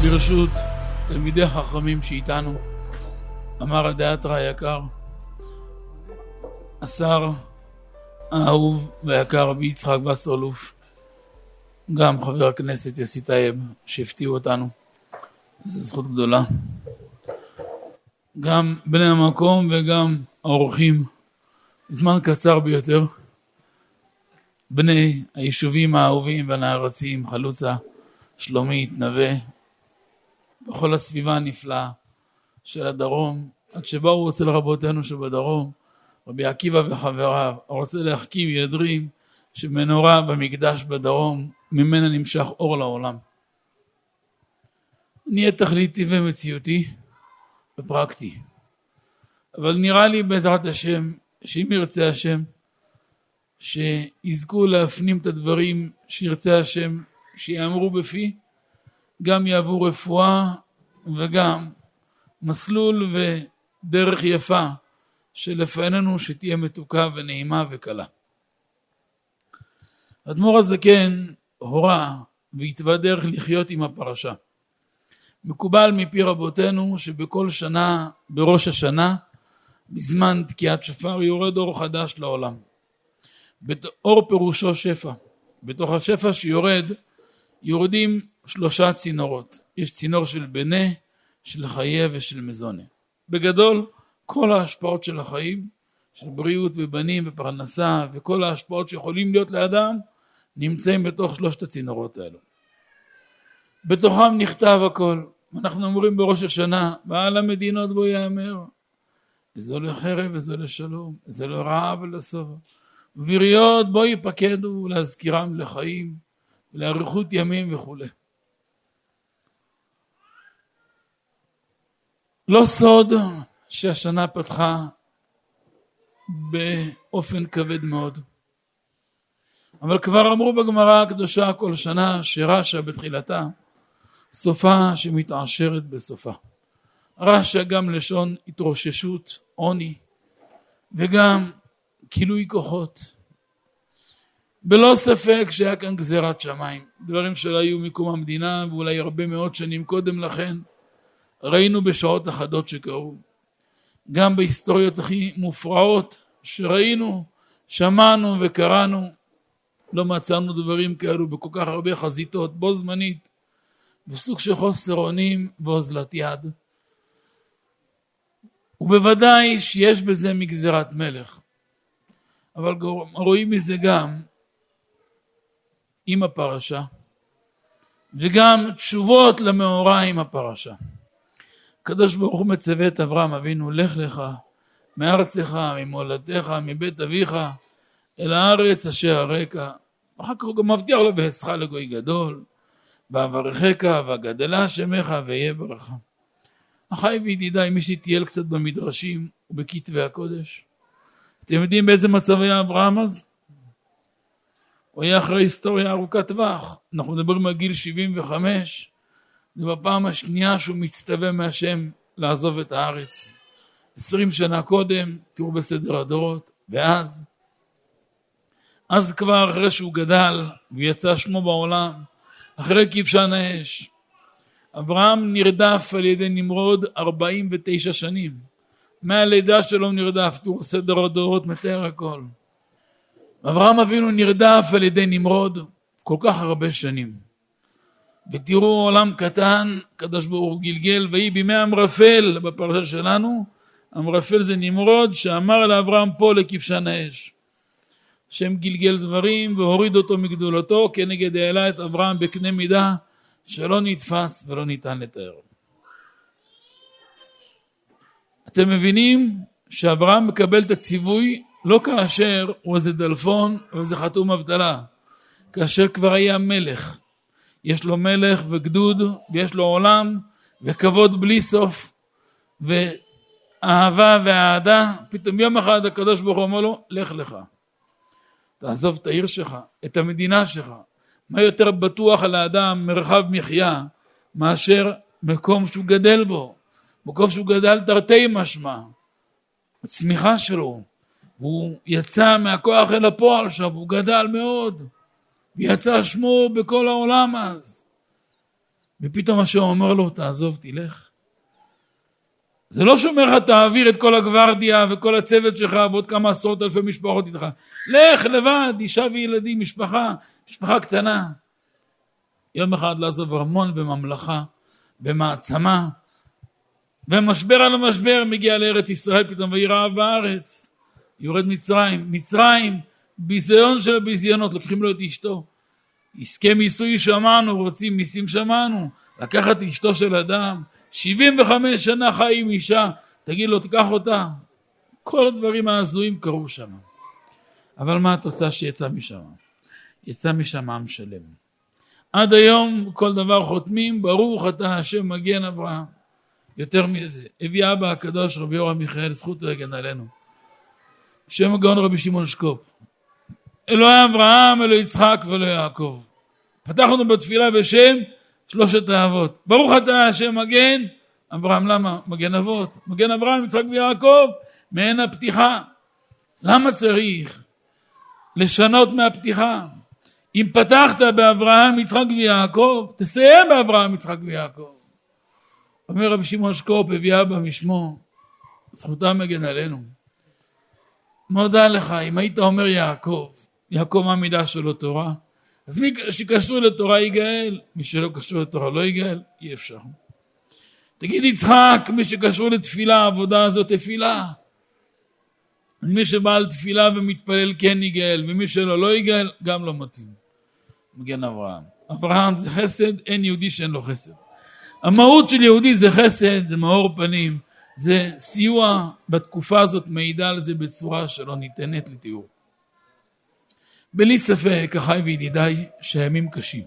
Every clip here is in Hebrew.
ברשות תלמידי חכמים שאיתנו, אמר הדאטר היקר, השר האהוב והיקר רבי יצחק וסרלוף, גם חבר הכנסת יוסי טייב שהפתיעו אותנו, זו זכות גדולה. גם בני המקום וגם האורחים, זמן קצר ביותר, בני היישובים האהובים והנערצים, חלוצה, שלומית, נווה, בכל הסביבה הנפלאה של הדרום, עד שבאו אצל רבותינו שבדרום, רבי עקיבא וחבריו, רוצה להחכים ידרים שמנורה במקדש בדרום, ממנה נמשך אור לעולם. נהיה תכליתי ומציאותי ופרקטי. אבל נראה לי בעזרת השם, שאם ירצה השם, שיזכו להפנים את הדברים שירצה השם, שיאמרו בפי, גם יעבו רפואה וגם מסלול ודרך יפה שלפנינו שתהיה מתוקה ונעימה וקלה. אדמו"ר הזקן הורה והתווה דרך לחיות עם הפרשה. מקובל מפי רבותינו שבכל שנה בראש השנה בזמן תקיעת שופר יורד אור חדש לעולם. אור פירושו שפע. בתוך השפע שיורד יורדים 3 צינורות. יש צינור של בנה, של חיי ושל מזונה. בגדול כל ההשפעות של החיים, של בריאות ובנים ופרנסה וכל ההשפעות שיכולים להיות לאדם נמצאים בתוך 3 הצינורות האלו. בתוכם נכתב הכל. אנחנו אומרים בראש השנה, בעל המדינות בו יאמר, איזו לחרב ואיזו לשלום, איזו לרעה ולסובה. ובריות בו ייפקדו להזכירם לחיים ולאריכות ימים וכו'. לא סוד שהשנה פתחה באופן כבד מאוד. אבל כבר אמרו בגמרא הקדושה כל שנה שרשע בתחילתה, סופה שמתעשרת בסופה. רשע גם לשון התרוששות, עוני, וגם כילוי כוחות. בלא ספק שהיה כאן גזירת שמיים, דברים שלא היו מקום המדינה ואולי הרבה מאוד שנים קודם לכן, ראינו בשעות אחדות שקרו. גם בהיסטוריות הכי מופרעות שראינו, שמענו וקראנו, לא מצאנו דברים כאלו בכל כך הרבה חזיתות, בו זמנית, בסוג של חוסר אונים ואוזלת יד. ובוודאי שיש בזה מגזירת מלך. אבל רואים מזה גם עם הפרשה, וגם תשובות למאורע עם הפרשה. הקדוש ברוך הוא מצווה את אברהם אבינו, לך לך מארצך, ממולדתך, מבית אביך, אל הארץ אשר אראך. אחר כך הוא גם מבטיח לו, ואעשך לגוי גדול, ואברכך, ואגדלה שמך, ויהיה ברכה. אחי וידידיי, מי שטייל קצת במדרשים ובכתבי הקודש, אתם יודעים באיזה מצב היה אברהם אז? הוא היה אחרי היסטוריה ארוכת טווח. אנחנו מדברים על גיל 75, זה בפעם השנייה שהוא מצטווה מהשם לעזוב את הארץ. 20 שנה קודם, תראו בסדר הדורות, אז כבר אחרי שהוא גדל ויצא שמו בעולם, אחרי כבשן האש, אברהם נרדף על ידי נמרוד 49 שנים. מהלידה שלו נרדף, תראו סדר הדורות מתאר הכל. אברהם אבינו נרדף על ידי נמרוד כל כך הרבה שנים. ותראו עולם קטן, קדוש ברוך הוא גלגל, ויהי בימי אמרפל בפרשה שלנו, אמרפל זה נמרוד שאמר לאברהם פה לכבשן האש. השם גלגל דברים והוריד אותו מגדולתו, כנגד העלה את אברהם בקנה מידה שלא נתפס ולא ניתן לתאר. אתם מבינים שאברהם מקבל את הציווי לא כאשר הוא איזה דלפון או איזה חתום אבטלה, כאשר כבר היה מלך. יש לו מלך וגדוד ויש לו עולם וכבוד בלי סוף ואהבה ואהדה. פתאום יום אחד הקדוש ברוך הוא אומר לו, לך לך. תעזוב את העיר שלך, את המדינה שלך. מה יותר בטוח על האדם מרחב מחיה מאשר מקום שהוא גדל בו. מקום שהוא גדל תרתי משמע. הצמיחה שלו. הוא יצא מהכוח אל הפועל עכשיו, הוא גדל מאוד. ויצא שמו בכל העולם אז. ופתאום השם אומר לו, תעזוב, תלך. זה לא שאומר לך, תעביר את כל הגוורדיה וכל הצוות שלך ועוד כמה עשרות אלפי משפחות איתך. לך לבד, אישה וילדים, משפחה קטנה. יום אחד לעזוב ארמון בממלכה, במעצמה, ומשבר על המשבר מגיע לארץ ישראל פתאום, ויהי רעב בארץ. יורד מצרים, ביזיון של הביזיונות, לוקחים לו את אשתו. עסקי מיסוי שמענו, רוצים מיסים שמענו, לקחת אשתו של אדם, 75 שנה חי עם אישה, תגיד לו תיקח אותה. כל הדברים ההזויים קרו שם. אבל מה התוצאה שיצא משם? יצא משם עם שלם. עד היום כל דבר חותמים, ברוך אתה השם מגן אברהם. יותר מזה, הביא אבא הקדוש רבי יורם מיכאל, זכות להגן עלינו. שם הגאון רבי שמעון שקופ. אלוהי אברהם, אלוהי יצחק ואלוהי יעקב. פתחנו בתפילה בשם שלושת האבות. ברוך אתה השם מגן אברהם. למה? מגן אבות. מגן אברהם, יצחק ויעקב, מעין הפתיחה. למה צריך לשנות מהפתיחה? אם פתחת באברהם, יצחק ויעקב, תסיים באברהם, יצחק ויעקב. אומר רבי שמעון שקופ, הביא אבא משמו, זכותה מגן עלינו. מודה לך, אם היית אומר יעקב מה מידה שלו תורה, אז מי שקשור לתורה יגאל, מי שלא קשור לתורה לא יגאל, אי אפשר. תגיד יצחק, מי שקשור לתפילה, העבודה הזאת תפילה. אז מי שבא על תפילה ומתפלל כן יגאל, ומי שלא לא יגאל, גם לא מתאים. מגן אברהם. אברהם זה חסד, אין יהודי שאין לו חסד. המהות של יהודי זה חסד, זה מאור פנים, זה סיוע בתקופה הזאת, מעידה על זה בצורה שלא ניתנת לתיאור. בלי ספק, אחי וידידיי, שהימים קשים.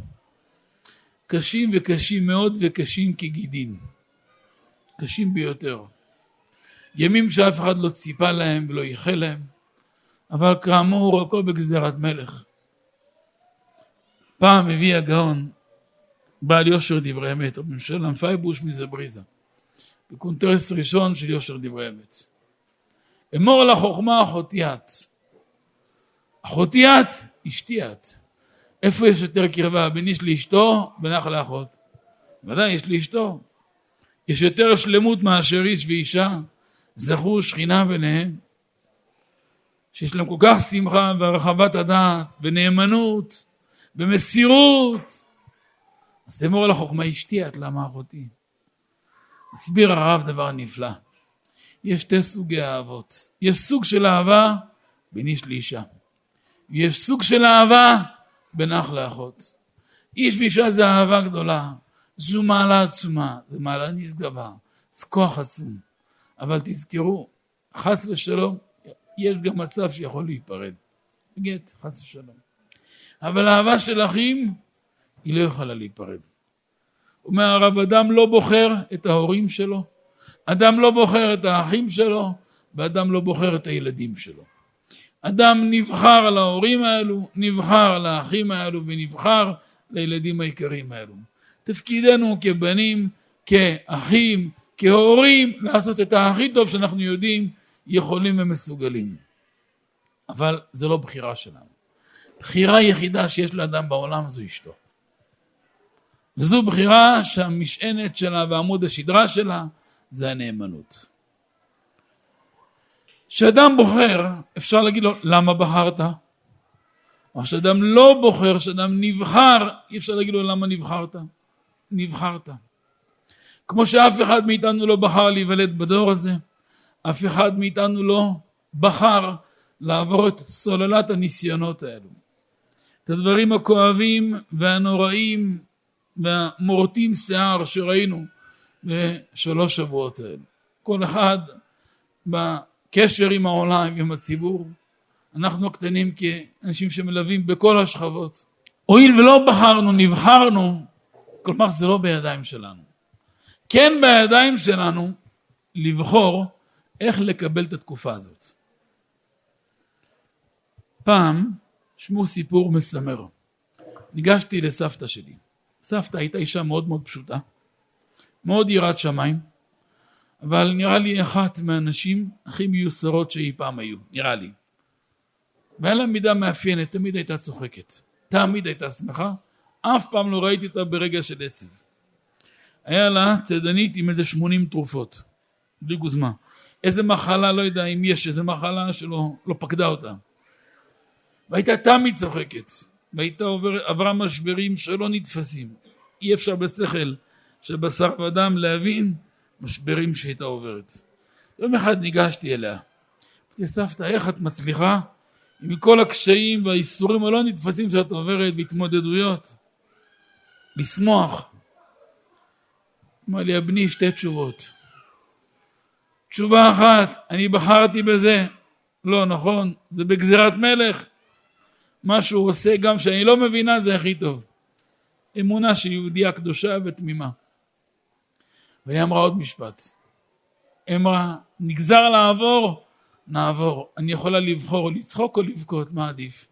קשים וקשים מאוד וקשים כגידין. קשים ביותר. ימים שאף אחד לא ציפה להם ולא ייחל להם, אבל כאמור הכל בגזירת מלך. פעם הביא הגאון, בעל יושר דברי אמת, רבי משולם פייבוש מזבריזה, בקונטרס ראשון של יושר דברי אמת. אמור לחוכמה אחותיית. אחותיית, אשתיית. איפה יש יותר קרבה? בין איש לאשתו, בין אח לאחות. ודאי, יש לאשתו. יש יותר שלמות מאשר איש ואישה. זכו שכינה ביניהם. שיש להם כל כך שמחה והרחבת הדעת, ונאמנות, ומסירות. אז תאמור על החוכמה אשתיית, למה אחותי? הסביר הרב דבר נפלא. יש שתי סוגי אהבות. יש סוג של אהבה בין איש לאישה. יש סוג של אהבה בין אח לאחות. איש ואישה זה אהבה גדולה. זו מעלה עצומה, זו מעלה נשגבה, זה כוח עצום. אבל תזכרו, חס ושלום, יש גם מצב שיכול להיפרד. גט, חס ושלום. אבל האהבה של אחים, היא לא יכולה להיפרד. אומר הרב, אדם לא בוחר את ההורים שלו, אדם לא בוחר את האחים שלו, ואדם לא בוחר את הילדים שלו. אדם נבחר להורים האלו, נבחר לאחים האלו, ונבחר לילדים העיקריים האלו. תפקידנו כבנים, כאחים, כהורים, לעשות את הכי טוב שאנחנו יודעים, יכולים ומסוגלים. אבל זה לא בחירה שלנו. בחירה יחידה שיש לאדם בעולם זו אשתו. וזו בחירה שהמשענת שלה ועמוד השדרה שלה זה הנאמנות. כשאדם בוחר, אפשר להגיד לו, למה בחרת? או כשאדם לא בוחר, כשאדם נבחר, אי אפשר להגיד לו, למה נבחרת? נבחרת. כמו שאף אחד מאיתנו לא בחר להיוולד בדור הזה, אף אחד מאיתנו לא בחר לעבור את סוללת הניסיונות האלו. את הדברים הכואבים והנוראים והמורטים שיער שראינו בשלוש שבועות האלו. כל אחד בקשר עם העולם, עם הציבור, אנחנו הקטנים כאנשים שמלווים בכל השכבות. הואיל ולא בחרנו, נבחרנו, כלומר זה לא בידיים שלנו. כן בידיים שלנו לבחור איך לקבל את התקופה הזאת. פעם שמעו סיפור מסמר. ניגשתי לסבתא שלי. סבתא הייתה אישה מאוד מאוד פשוטה, מאוד יראת שמיים, אבל נראה לי אחת מהנשים הכי מיוסרות שאי פעם היו, נראה לי. והיה לה מידה מאפיינת, תמיד הייתה צוחקת, תמיד הייתה שמחה, אף פעם לא ראיתי אותה ברגע של עצב. היה לה צדנית עם איזה 80 תרופות, בלי גוזמה. איזה מחלה, לא יודע אם יש איזה מחלה שלא פקדה אותה. והייתה תמיד צוחקת, והייתה עברה משברים שלא נתפסים. אי אפשר בשכל של בשר ודם להבין משברים שהייתה עוברת. יום אחד ניגשתי אליה. אמרתי, סבתא, איך את מצליחה עם כל הקשיים והאיסורים הלא נתפסים שאת עוברת והתמודדויות? לשמוח. אמר לי, הבני, שתי תשובות. תשובה אחת, אני בחרתי בזה. לא, נכון, זה בגזירת מלך. מה שהוא עושה גם שאני לא מבינה זה הכי טוב. אמונה של יהודיה קדושה ותמימה. והיא אמרה עוד משפט. אמרה, נגזר לעבור, נעבור. אני יכולה לבחור לצחוק או לבכות, מה עדיף?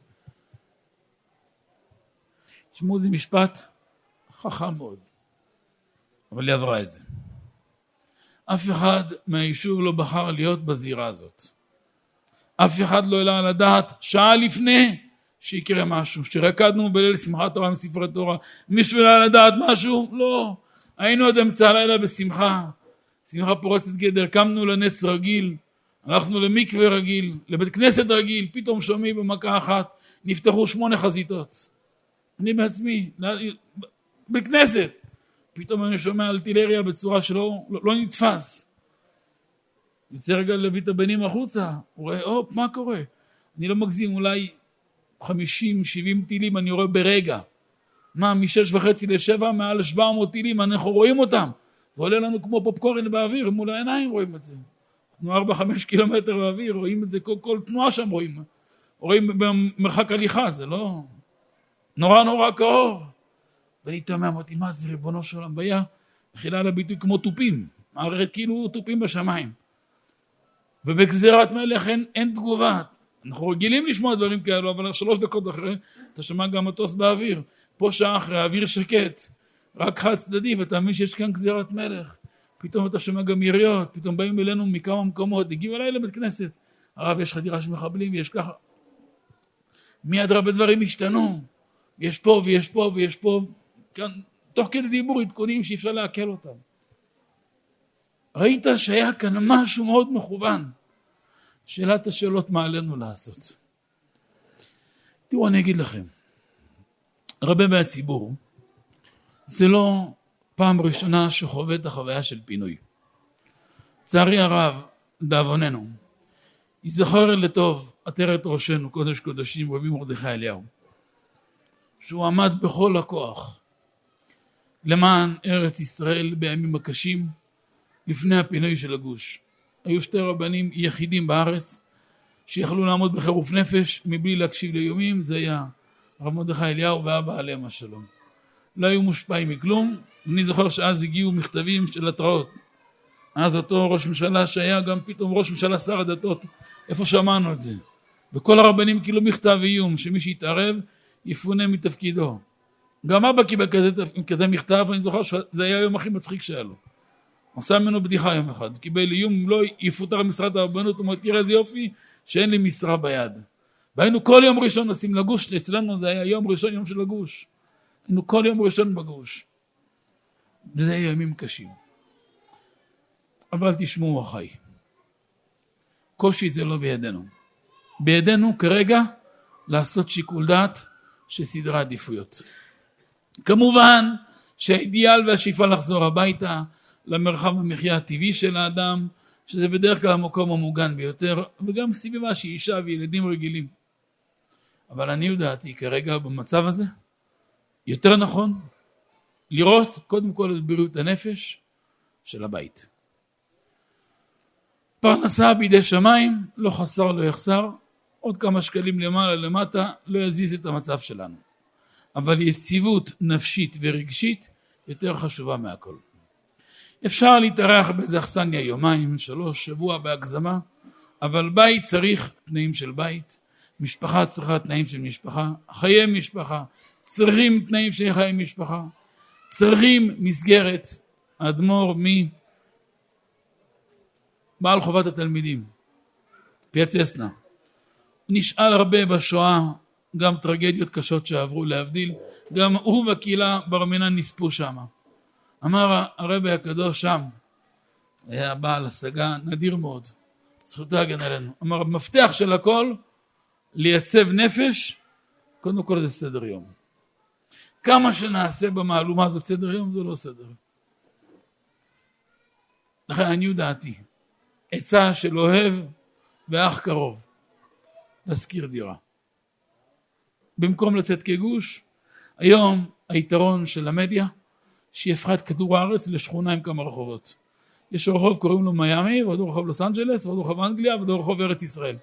תשמעו, זה משפט חכם מאוד. אבל היא עברה את זה. אף אחד מהיישוב לא בחר להיות בזירה הזאת. אף אחד לא העלה על הדעת שעה לפני שיקרה משהו, שרקדנו בליל שמחת תורה מספרי תורה, מישהו העלה על הדעת משהו? לא. היינו עד אמצע הלילה בשמחה, שמחה פורצת גדר, קמנו לנץ רגיל, הלכנו למקווה רגיל, לבית כנסת רגיל, פתאום שומעים במכה אחת, נפתחו 8 חזיתות. אני בעצמי, בכנסת, פתאום אני שומע אלטילריה בצורה שלא נתפס. יוצא רגע להביא את הבנים החוצה, הוא רואה, מה קורה? אני לא מגזים, אולי 50-70 טילים אני רואה ברגע. מה, מ-6:30 ל-7, מעל 700 טילים, אנחנו רואים אותם. זה עולה לנו כמו פופקורן באוויר, מול העיניים רואים את זה. אנחנו 4-5 קילומטר באוויר, רואים את זה, כל תנועה שם רואים. רואים במרחק הליכה, זה לא... נורא קרוב. ואני תמה, אמרתי, מה זה ריבונו של עולם? והיה, מחילה על הביטוי כמו טופים. מערכת כאילו טופים בשמיים. ובגזירת מלך אין תגובה. אנחנו רגילים לשמוע דברים כאלו, אבל 3 דקות אחרי, אתה שומע גם מטוס באוויר. פה שעה אחרי, האוויר שקט. רק חד צדדי, ואתה מבין שיש כאן גזירת מלך. פתאום אתה שומע גם יריות, פתאום באים אלינו מכמה מקומות, הגיעו אליי לבית כנסת. הרב, יש חדירה של מחבלים, יש ככה. מיד הרבה דברים השתנו. יש פה ויש פה ויש פה. כאן, תוך כדי דיבור עדכונים שאי אפשר להקל אותם. ראית שהיה כאן משהו מאוד מכוון. שאלת השאלות מה עלינו לעשות. תראו, אני אגיד לכם. הרבה מהציבור, זה לא פעם ראשונה שחווה את החוויה של פינוי. צערי הרב, דאבוננו, יזכר לטוב עטרת ראשנו, קודש קודשים, רבי מרדכי אליהו, שהוא עמד בכל הכוח למען ארץ ישראל בימים הקשים, לפני הפינוי של הגוש. היו 2 רבנים יחידים בארץ, שיכלו לעמוד בחירוף נפש, מבלי להקשיב לאיומים, זה היה רב מרדכי אליהו ואבא עליהם השלום. לא היו מושפעים מכלום, ואני זוכר שאז הגיעו מכתבים של התראות. אז אותו ראש ממשלה שהיה גם פתאום ראש ממשלה שר הדתות, איפה שמענו את זה? וכל הרבנים כאילו מכתב איום, שמי שיתערב יפונה מתפקידו. גם אבא קיבל כזה מכתב, ואני זוכר שזה היה היום הכי מצחיק שהיה לו. עשה ממנו בדיחה יום אחד, קיבל איום, אם לא יפוטר משרד הרבנות, הוא אומר, תראה איזה יופי, שאין לי משרה ביד. והיינו כל יום ראשון נשים לגוש, אצלנו זה היה יום ראשון, יום של הגוש. היינו כל יום ראשון בגוש. וזה היה ימים קשים. אבל תשמעו אחי, קושי זה לא בידינו. בידינו כרגע לעשות שיקול דעת של סדרי עדיפויות. כמובן שהאידיאל והשאיפה לחזור הביתה למרחב המחיה הטבעי של האדם, שזה בדרך כלל המקום המוגן ביותר, וגם סביבה שהיא אישה וילדים רגילים. אבל אני יודעתי כרגע במצב הזה, יותר נכון לראות קודם כל את בריאות הנפש של הבית. פרנסה בידי שמיים, לא חסר לא יחסר, עוד כמה שקלים למעלה למטה לא יזיז את המצב שלנו. אבל יציבות נפשית ורגשית יותר חשובה מהכל. אפשר להתארח באיזה אכסניה 2, 3, שבוע בהגזמה, אבל בית צריך תנאים של בית, משפחה צריכה תנאים של משפחה, חיי משפחה צריכים תנאים של חיי משפחה, צריכים מסגרת. האדמו"ר בעל חובת התלמידים, פיאצסנה, נשאל הרבה בשואה, גם טרגדיות קשות שעברו להבדיל, גם הוא והקהילה בר מינן נספו שם. אמר הרבי הקדוש שם, היה בעל השגה נדיר מאוד, זכותו הגן עלינו. אמר, המפתח של הכל, לייצב נפש, קודם כל זה סדר יום. כמה שנעשה במעלומה הזאת סדר יום, זה לא סדר. לכן אני דעתי, עצה של אוהב ואח קרוב, להשכיר דירה. במקום לצאת כגוש, היום היתרון של המדיה, שהיא הפכה את כדור הארץ לשכונה עם כמה רחובות. יש רחוב קוראים לו מיאמי, ועוד רחוב לוס אנג'לס, ועוד רחוב אנגליה, ועוד רחוב ארץ ישראל.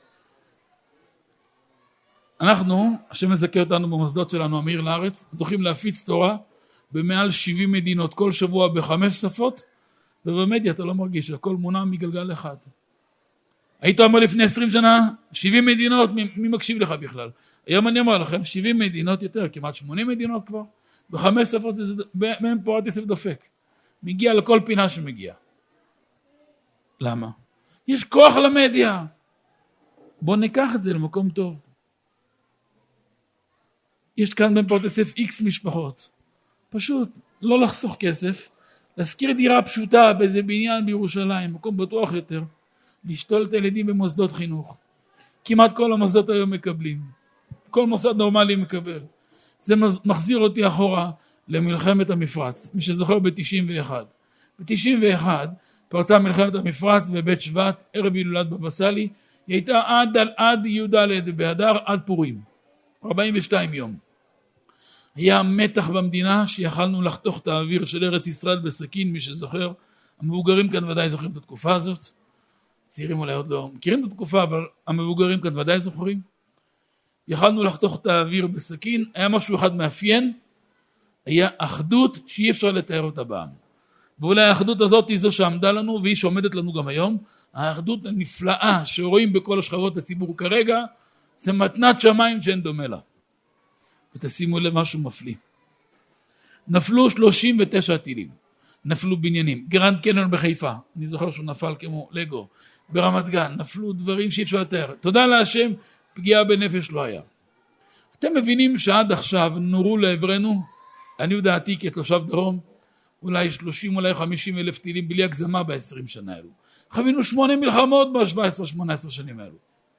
אנחנו, השם מזכה אותנו במוסדות שלנו, המאיר לארץ, זוכים להפיץ תורה במעל 70 מדינות, כל שבוע ב5 שפות, ובמדיה אתה לא מרגיש, הכל מונע מגלגל אחד. היית אומר לפני 20 שנה, 70 מדינות, מי מקשיב לך בכלל? היום אני אומר לכם, 70 מדינות יותר, כמעט 80 מדינות כבר, ב5 שפות, מהם פורת יסף דופק. מגיע לכל פינה שמגיע. למה? יש כוח למדיה. בוא ניקח את זה למקום טוב. יש כאן בין פורת יסף X משפחות. פשוט לא לחסוך כסף, להזכיר דירה פשוטה באיזה בניין בירושלים, מקום בטוח יותר, לשתול את הילדים במוסדות חינוך. כמעט כל המוסדות היום מקבלים. כל מוסד נורמלי מקבל. זה מחזיר אותי אחורה למלחמת המפרץ. מי שזוכר ב-91. ב-91 פרצה מלחמת המפרץ בבית שבט, ערב הילולת בבא סאלי. היא הייתה עד י"ד באדר, עד פורים. 42 יום. היה מתח במדינה שיכלנו לחתוך את האוויר של ארץ ישראל בסכין, מי שזוכר. המבוגרים כאן ודאי זוכרים את התקופה הזאת. צעירים אולי עוד לא מכירים את התקופה, אבל המבוגרים כאן ודאי זוכרים. יכלנו לחתוך את האוויר בסכין. היה משהו אחד מאפיין, היה אחדות שאי אפשר לתאר אותה בעם. ואולי האחדות הזאת היא זו שעמדה לנו, והיא שעומדת לנו גם היום. האחדות הנפלאה שרואים בכל השכבות הציבור כרגע, זה מתנת שמיים שאין דומה לה. ותשימו לב משהו מפליא. נפלו 39 טילים. נפלו בניינים. גרנד קניון בחיפה, אני זוכר שהוא נפל כמו לגו. ברמת גן, נפלו דברים שאי אפשר לתאר. תודה להשם, פגיעה בנפש לא היה. אתם מבינים שעד עכשיו נורו לעברנו, אני יודעתי כתושב דרום, אולי 30, אולי 50 אלף טילים, בלי הגזמה ב-20 שנה האלו. חווינו 8 מלחמות ב-17-18 שנים האלו.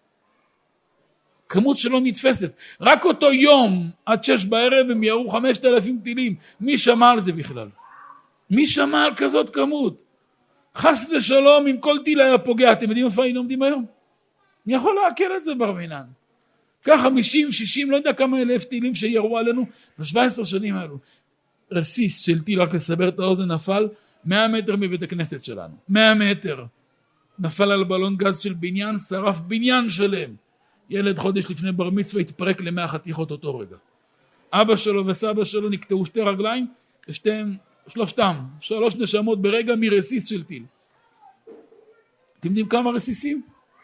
כמות שלא נתפסת. רק אותו יום, עד 6 בערב, הם ירו 5,000 טילים. מי שמע על זה בכלל? מי שמע על כזאת כמות? חס ושלום, אם כל טיל היה פוגע, אתם יודעים איפה היינו עומדים היום? אני יכול להקל את זה בר מינן. כך 50, 60, לא יודע כמה אלף טילים שירו עלינו ב-17 שנים האלו. רסיס של טיל, רק לסבר את האוזן, נפל 100 מטר מבית הכנסת שלנו. 100 מטר. נפל על בלון גז של בניין, שרף בניין שלם. ילד חודש לפני בר מצווה התפרק ל100 חתיכות אותו רגע. אבא שלו וסבא שלו נקטעו 2 רגליים, שלושתם, 3 נשמות ברגע מרסיס של טיל. אתם יודעים כמה רסיסים?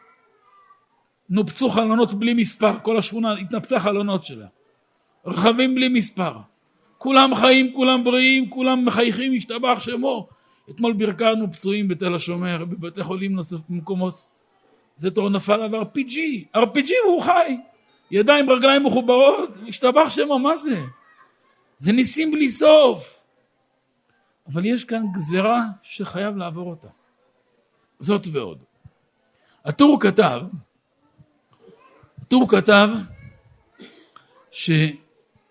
נופצו חלונות בלי מספר, כל השכונה התנפצה חלונות שלה. רכבים בלי מספר. כולם חיים, כולם בריאים, כולם מחייכים, השתבח שמו. אתמול ברכרנו פצועים בתל השומר, בבתי חולים נוסף במקומות. זה תור נפל עליו RPG והוא חי. ידיים, רגליים מחוברות, השתבח שמו, מה זה? זה ניסים בלי סוף. אבל יש כאן גזרה שחייב לעבור אותה. זאת ועוד. הטור כתב שגוג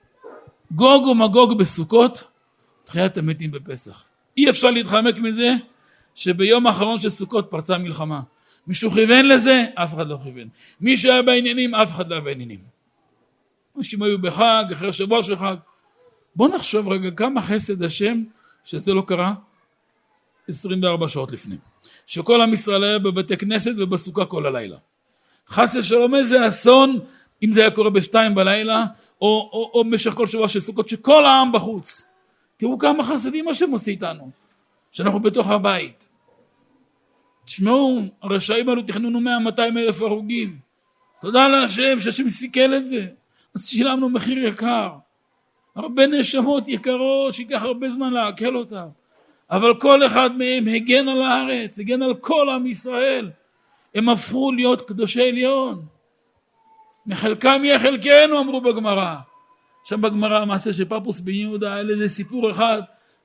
ומגוג בסוכות, תחיית המתים בפסח. אי אפשר להתחמק מזה שביום האחרון של סוכות פרצה מלחמה. מישהו כיוון לזה? אף אחד לא כיוון. מי שהיה בעניינים? אף אחד לא היה בעניינים. אנשים היו בחג, אחרי שבוע של חג. בוא נחשוב רגע כמה חסד השם שזה לא קרה 24 שעות לפני. שכל עם ישראל היה בבתי כנסת ובסוכה כל הלילה. חס ושלום איזה אסון אם זה היה קורה ב2 בלילה או במשך כל שבוע של סוכות שכל העם בחוץ. תראו כמה חסדים השם עושה איתנו. שאנחנו בתוך הבית. תשמעו, הרשעים האלו תכננו 100-200 אלף הרוגים. תודה להשם שהשם סיכל את זה. אז שילמנו מחיר יקר. הרבה נשמות יקרות שיקח הרבה זמן להקל אותם. אבל כל אחד מהם הגן על הארץ, הגן על כל עם ישראל. הם הפכו להיות קדושי עליון. מחלקם יהיה חלקנו, אמרו בגמרא. שם בגמרא המעשה של פפוס בן יהודה, היה לזה סיפור אחד.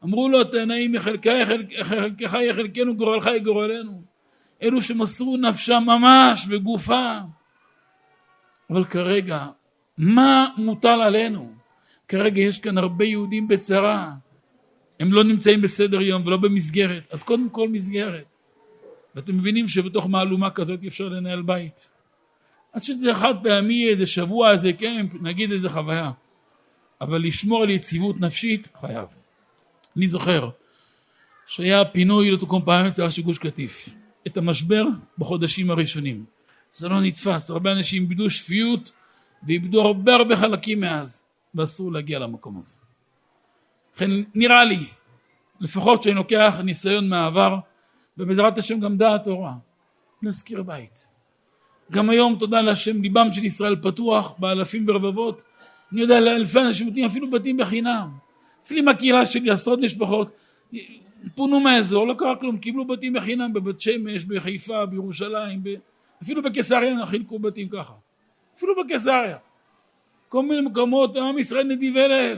אמרו לו, תנאים מחלקך יחלקנו, גורלך יגורלנו. אלו שמסרו נפשם ממש בגופה. אבל כרגע, מה מוטל עלינו? כרגע יש כאן הרבה יהודים בצרה. הם לא נמצאים בסדר יום ולא במסגרת. אז קודם כל מסגרת. ואתם מבינים שבתוך מהלומה כזאת אי אפשר לנהל בית. אז שזה חד פעמי, איזה שבוע, איזה קמפ, נגיד איזה חוויה. אבל לשמור על יציבות נפשית, חייב. אני זוכר שהיה פינוי לא תוקם פעם אצל של גוש קטיף. את המשבר בחודשים הראשונים. זה לא נתפס. הרבה אנשים איבדו שפיות ואיבדו הרבה חלקים מאז. ואסור להגיע למקום הזה. לכן נראה לי, לפחות שאני לוקח ניסיון מהעבר, ובעזרת השם גם דעת תורה, להזכיר בית. גם היום תודה להשם, ליבם של ישראל פתוח, באלפים ורבבות, אני יודע, לאלפי אנשים נותנים אפילו בתים בחינם. אצלי מהקהילה שלי, עשרות משפחות, פונו מהאזור, לא קרה כלום, קיבלו בתים בחינם, בבת שמש, בחיפה, בירושלים, אפילו בקיסריה חילקו בתים ככה. אפילו בקיסריה. כל מיני מקומות, עם ישראל נדיבי לב.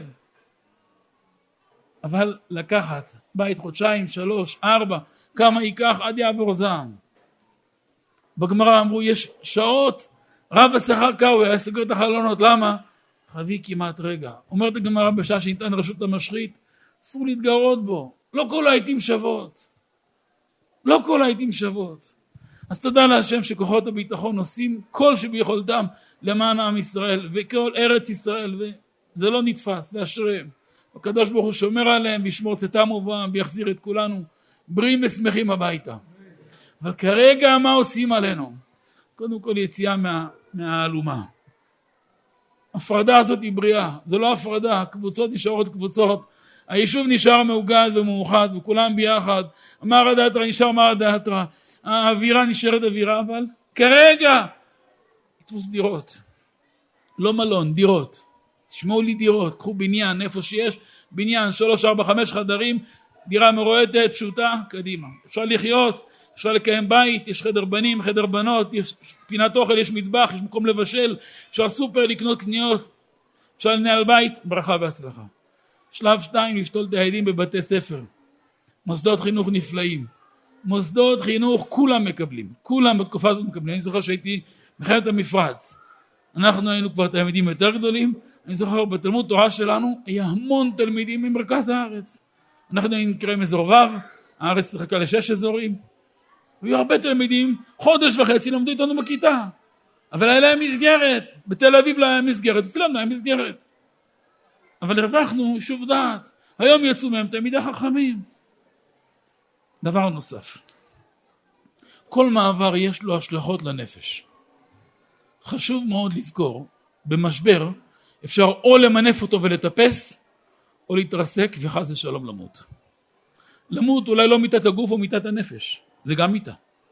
אבל לקחת בית חודשיים, 3, 4, כמה ייקח עד יעבור זעם. בגמרא אמרו, יש שעות, רב השכר קאו, היה סגר את החלונות, למה? חבי כמעט רגע. אומרת הגמרא בשעה שניתן רשות המשחית, אסור להתגרות בו. לא כל העיתים שוות. לא כל העיתים שוות. אז תודה להשם שכוחות הביטחון עושים כל שביכולתם למען עם ישראל וכל ארץ ישראל, וזה לא נתפס, ואשריהם. הקדוש ברוך הוא שומר עליהם וישמור צאתם ובואם ויחזיר את כולנו בריאים ושמחים הביתה. אבל כרגע מה עושים עלינו? קודם כל יציאה מהאלומה. הפרדה הזאת היא בריאה, זה לא הפרדה, קבוצות נשארות קבוצות, היישוב נשאר מאוגד ומאוחד וכולם ביחד, אמר הדאתרא נשאר אמר הדאתרא, האווירה נשארת אווירה, אבל כרגע תפוס דירות, לא מלון, דירות. תשמעו לי דירות, קחו בניין, איפה שיש, בניין, 3, 4, 5 חדרים, דירה מרועטת, פשוטה, קדימה. אפשר לחיות, אפשר לקיים בית, יש חדר בנים, חדר בנות, יש פינת אוכל, יש מטבח, יש מקום לבשל, אפשר סופר לקנות קניות, אפשר לנהל בית, ברכה והצלחה. שלב 2, לפתול את הילדים בבתי ספר. מוסדות חינוך נפלאים. מוסדות חינוך כולם מקבלים, כולם בתקופה הזאת מקבלים. אני זוכר שהייתי בחרת המפרץ. אנחנו היינו כבר תלמידים יותר גדולים, אני זוכר בתלמוד תורה שלנו היה המון תלמידים ממרכז הארץ. אנחנו נקראים אזור ו', הארץ חלקה ל6 אזורים. והיו הרבה תלמידים, חודש וחצי למדו איתנו בכיתה. אבל היה להם מסגרת, בתל אביב לא היה מסגרת, אצלנו לא היה מסגרת. אבל הרווחנו שוב דעת, היום יצאו מהם תלמידי חכמים. דבר נוסף, כל מעבר יש לו השלכות לנפש. חשוב מאוד לזכור, במשבר אפשר או למנף אותו ולטפס, או להתרסק וחס ושלום למות. למות אולי לא מיטת הגוף או מיטת הנפש, זה גם מיטה.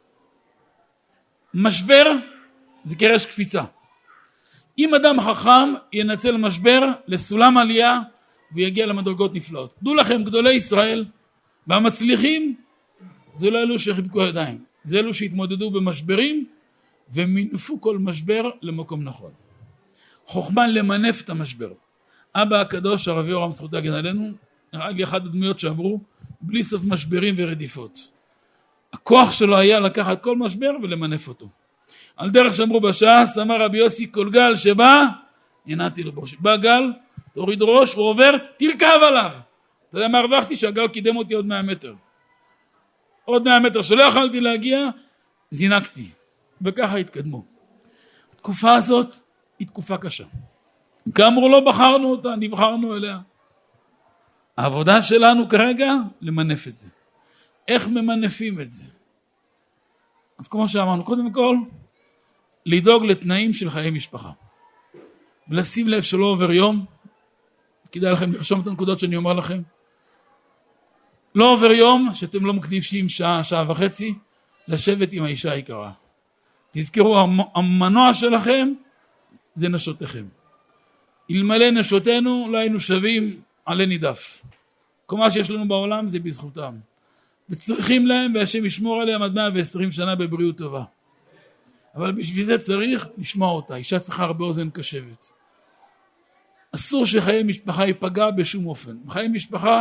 משבר זה קרש קפיצה. אם אדם חכם ינצל משבר לסולם עלייה ויגיע למדרגות נפלאות. דעו לכם, גדולי ישראל והמצליחים זה לא אלו שחיבקו ידיים, זה אלו שהתמודדו במשברים ומינפו כל משבר למקום נכון. חוכמה למנף את המשבר. אבא הקדוש הרב יורם זכותו יגן עלינו, נראה לי אחד הדמויות שעברו בלי סוף משברים ורדיפות. הכוח שלו היה לקחת כל משבר ולמנף אותו. על דרך שאמרו בש"ס, אמר רבי יוסי, כל גל שבא, ינעתי לו בראש. בא גל, תוריד ראש, הוא עובר, תרכב עליו. אתה יודע מה הרווחתי? שהגל קידם אותי עוד 100 מטר. עוד 100 מטר שלא יכולתי להגיע, זינקתי. וככה התקדמו. התקופה הזאת היא תקופה קשה. כאמור לא בחרנו אותה, נבחרנו אליה. העבודה שלנו כרגע, למנף את זה. איך ממנפים את זה? אז כמו שאמרנו, קודם כל, לדאוג לתנאים של חיי משפחה. ולשים לב שלא עובר יום, כדאי לכם לרשום את הנקודות שאני אומר לכם. לא עובר יום שאתם לא מקדישים שעה, שעה וחצי, לשבת עם האישה היקרה. תזכרו, המנוע שלכם זה נשותיכם. אלמלא נשותינו לא היינו שווים עלי נידף. כל מה שיש לנו בעולם זה בזכותם. וצריכים להם והשם ישמור עליהם עד 120 שנה בבריאות טובה. אבל בשביל זה צריך לשמוע אותה. אישה צריכה הרבה אוזן קשבת. אסור שחיי משפחה ייפגע בשום אופן. חיי משפחה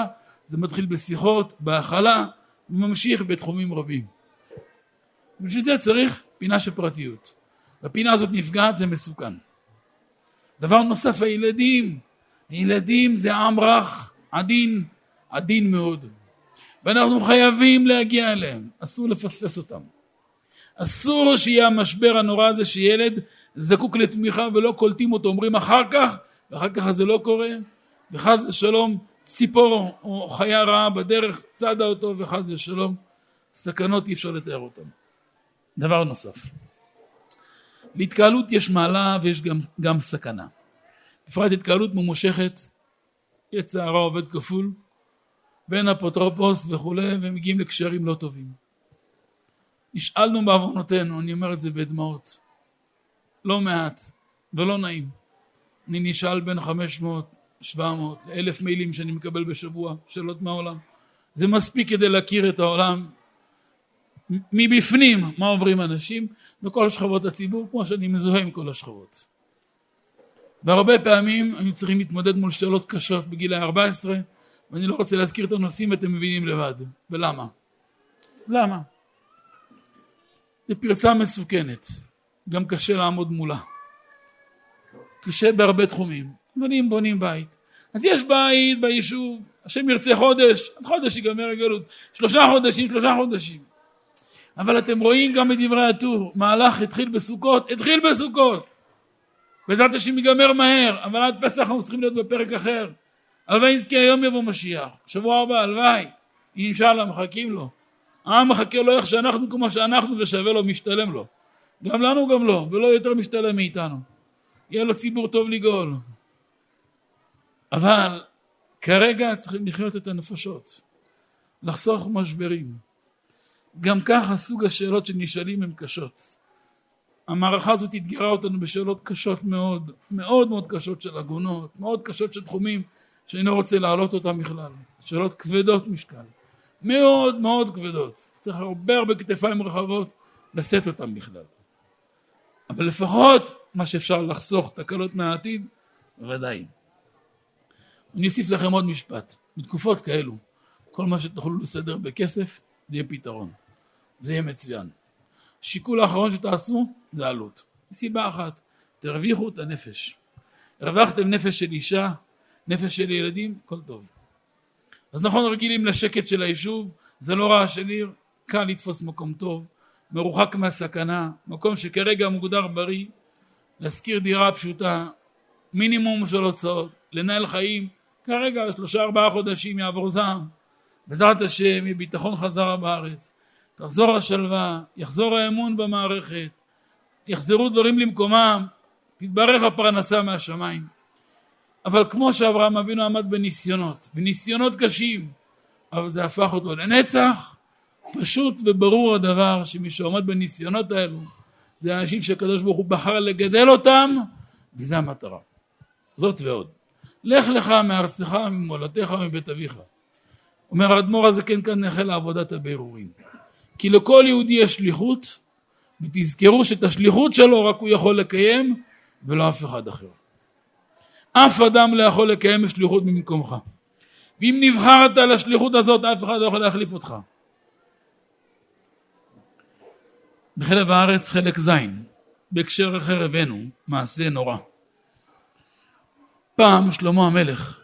זה מתחיל בשיחות, בהאכלה, וממשיך בתחומים רבים. ובשביל זה צריך פינה של פרטיות. והפינה הזאת נפגעת, זה מסוכן. דבר נוסף, הילדים זה עם רך, עדין מאוד. ואנחנו חייבים להגיע אליהם, אסור לפספס אותם. אסור שיהיה המשבר הנורא הזה שילד זקוק לתמיכה ולא קולטים אותו, אומרים אחר כך, ואחר כך זה לא קורה, וחס ושלום ציפור או חיה רעה בדרך צדה אותו, וחס ושלום סכנות אי אפשר לתאר אותם. דבר נוסף, להתקהלות יש מעלה ויש גם סכנה. בפרט התקהלות ממושכת, יצר הרע עובד כפול, בין אפוטרופוס וכו', ומגיעים לקשרים לא טובים. נשאלנו בעוונותינו, אני אומר את זה בדמעות, לא מעט ולא נעים. אני נשאל בין 500, 700 ל1,000 מיילים שאני מקבל בשבוע, שאלות מהעולם. זה מספיק כדי להכיר את העולם מבפנים, מה עוברים אנשים בכל שכבות הציבור, כמו שאני מזוהה עם כל השכבות. והרבה פעמים אני צריכים להתמודד מול שאלות קשות בגיל 14, ואני לא רוצה להזכיר את הנושאים, אתם מבינים לבד. ולמה? למה? זה פרצה מסוכנת, גם קשה לעמוד מולה. קשה בהרבה תחומים, אבל אם בונים בית, אז יש בית ביישוב, השם ירצה חודש, אז חודש ייגמר הגלות, 3 חודשים. אבל אתם רואים גם בדברי הטור, מהלך התחיל בסוכות, בעזרת השם ייגמר מהר, אבל עד פסח אנחנו צריכים להיות בפרק אחר. הלוואי נזכה היום יבוא משיח, שבוע הבא, הלוואי, אינשאללה מחכים לו. העם מחכה לו איך שאנחנו כמו שאנחנו ושווה לו, משתלם לו. גם לנו גם לא, ולא יותר משתלם מאיתנו. יהיה לו ציבור טוב לגאול. אבל כרגע צריכים לחיות את הנפשות, לחסוך משברים. גם ככה סוג השאלות שנשאלים הן קשות. המערכה הזאת התגרה אותנו בשאלות קשות מאוד, מאוד מאוד קשות של הגונות, מאוד קשות של תחומים שאני לא רוצה להעלות אותם בכלל. שאלות כבדות משקל, מאוד מאוד כבדות. צריך הרבה כתפיים רחבות לשאת אותם בכלל. אבל לפחות מה שאפשר לחסוך תקלות מהעתיד, ודאי. אני אוסיף לכם עוד משפט. בתקופות כאלו, כל מה שתוכלו לסדר בכסף, זה יהיה פתרון. זה יהיה מצוין. השיקול האחרון שתעשו, זה עלות. סיבה אחת, תרוויחו את הנפש. הרווחתם נפש של אישה, נפש של ילדים, כל טוב. אז נכון, רגילים לשקט של היישוב, זה לא רע של עיר, קל לתפוס מקום טוב, מרוחק מהסכנה, מקום שכרגע מוגדר בריא, להשכיר דירה פשוטה, מינימום של הוצאות, לנהל חיים, כרגע 3-4 חודשים יעבור זעם, בעזרת השם, מביטחון חזרה בארץ, תחזור השלווה, יחזור האמון במערכת, יחזרו דברים למקומם, תתברך הפרנסה מהשמיים. אבל כמו שאברהם אבינו עמד בניסיונות קשים, אבל זה הפך אותו לנצח, פשוט וברור הדבר שמי שעומד בניסיונות האלו, זה האנשים שהקדוש ברוך הוא בחר לגדל אותם, וזה המטרה. זאת ועוד. לך לך מארצך, ממולדתך ומבית אביך. אומר האדמו"ר הזקן כאן החל לעבודת הבירורים. כי לכל יהודי יש שליחות, ותזכרו שאת השליחות שלו רק הוא יכול לקיים, ולא אף אחד אחר. אף אדם לא יכול לקיים שליחות במקומך. ואם נבחרת לשליחות הזאת, אף אחד לא יכול להחליף אותך. בחלב הארץ חלק זין, בהקשר אחר הבאנו, מעשה נורא. פעם שלמה המלך,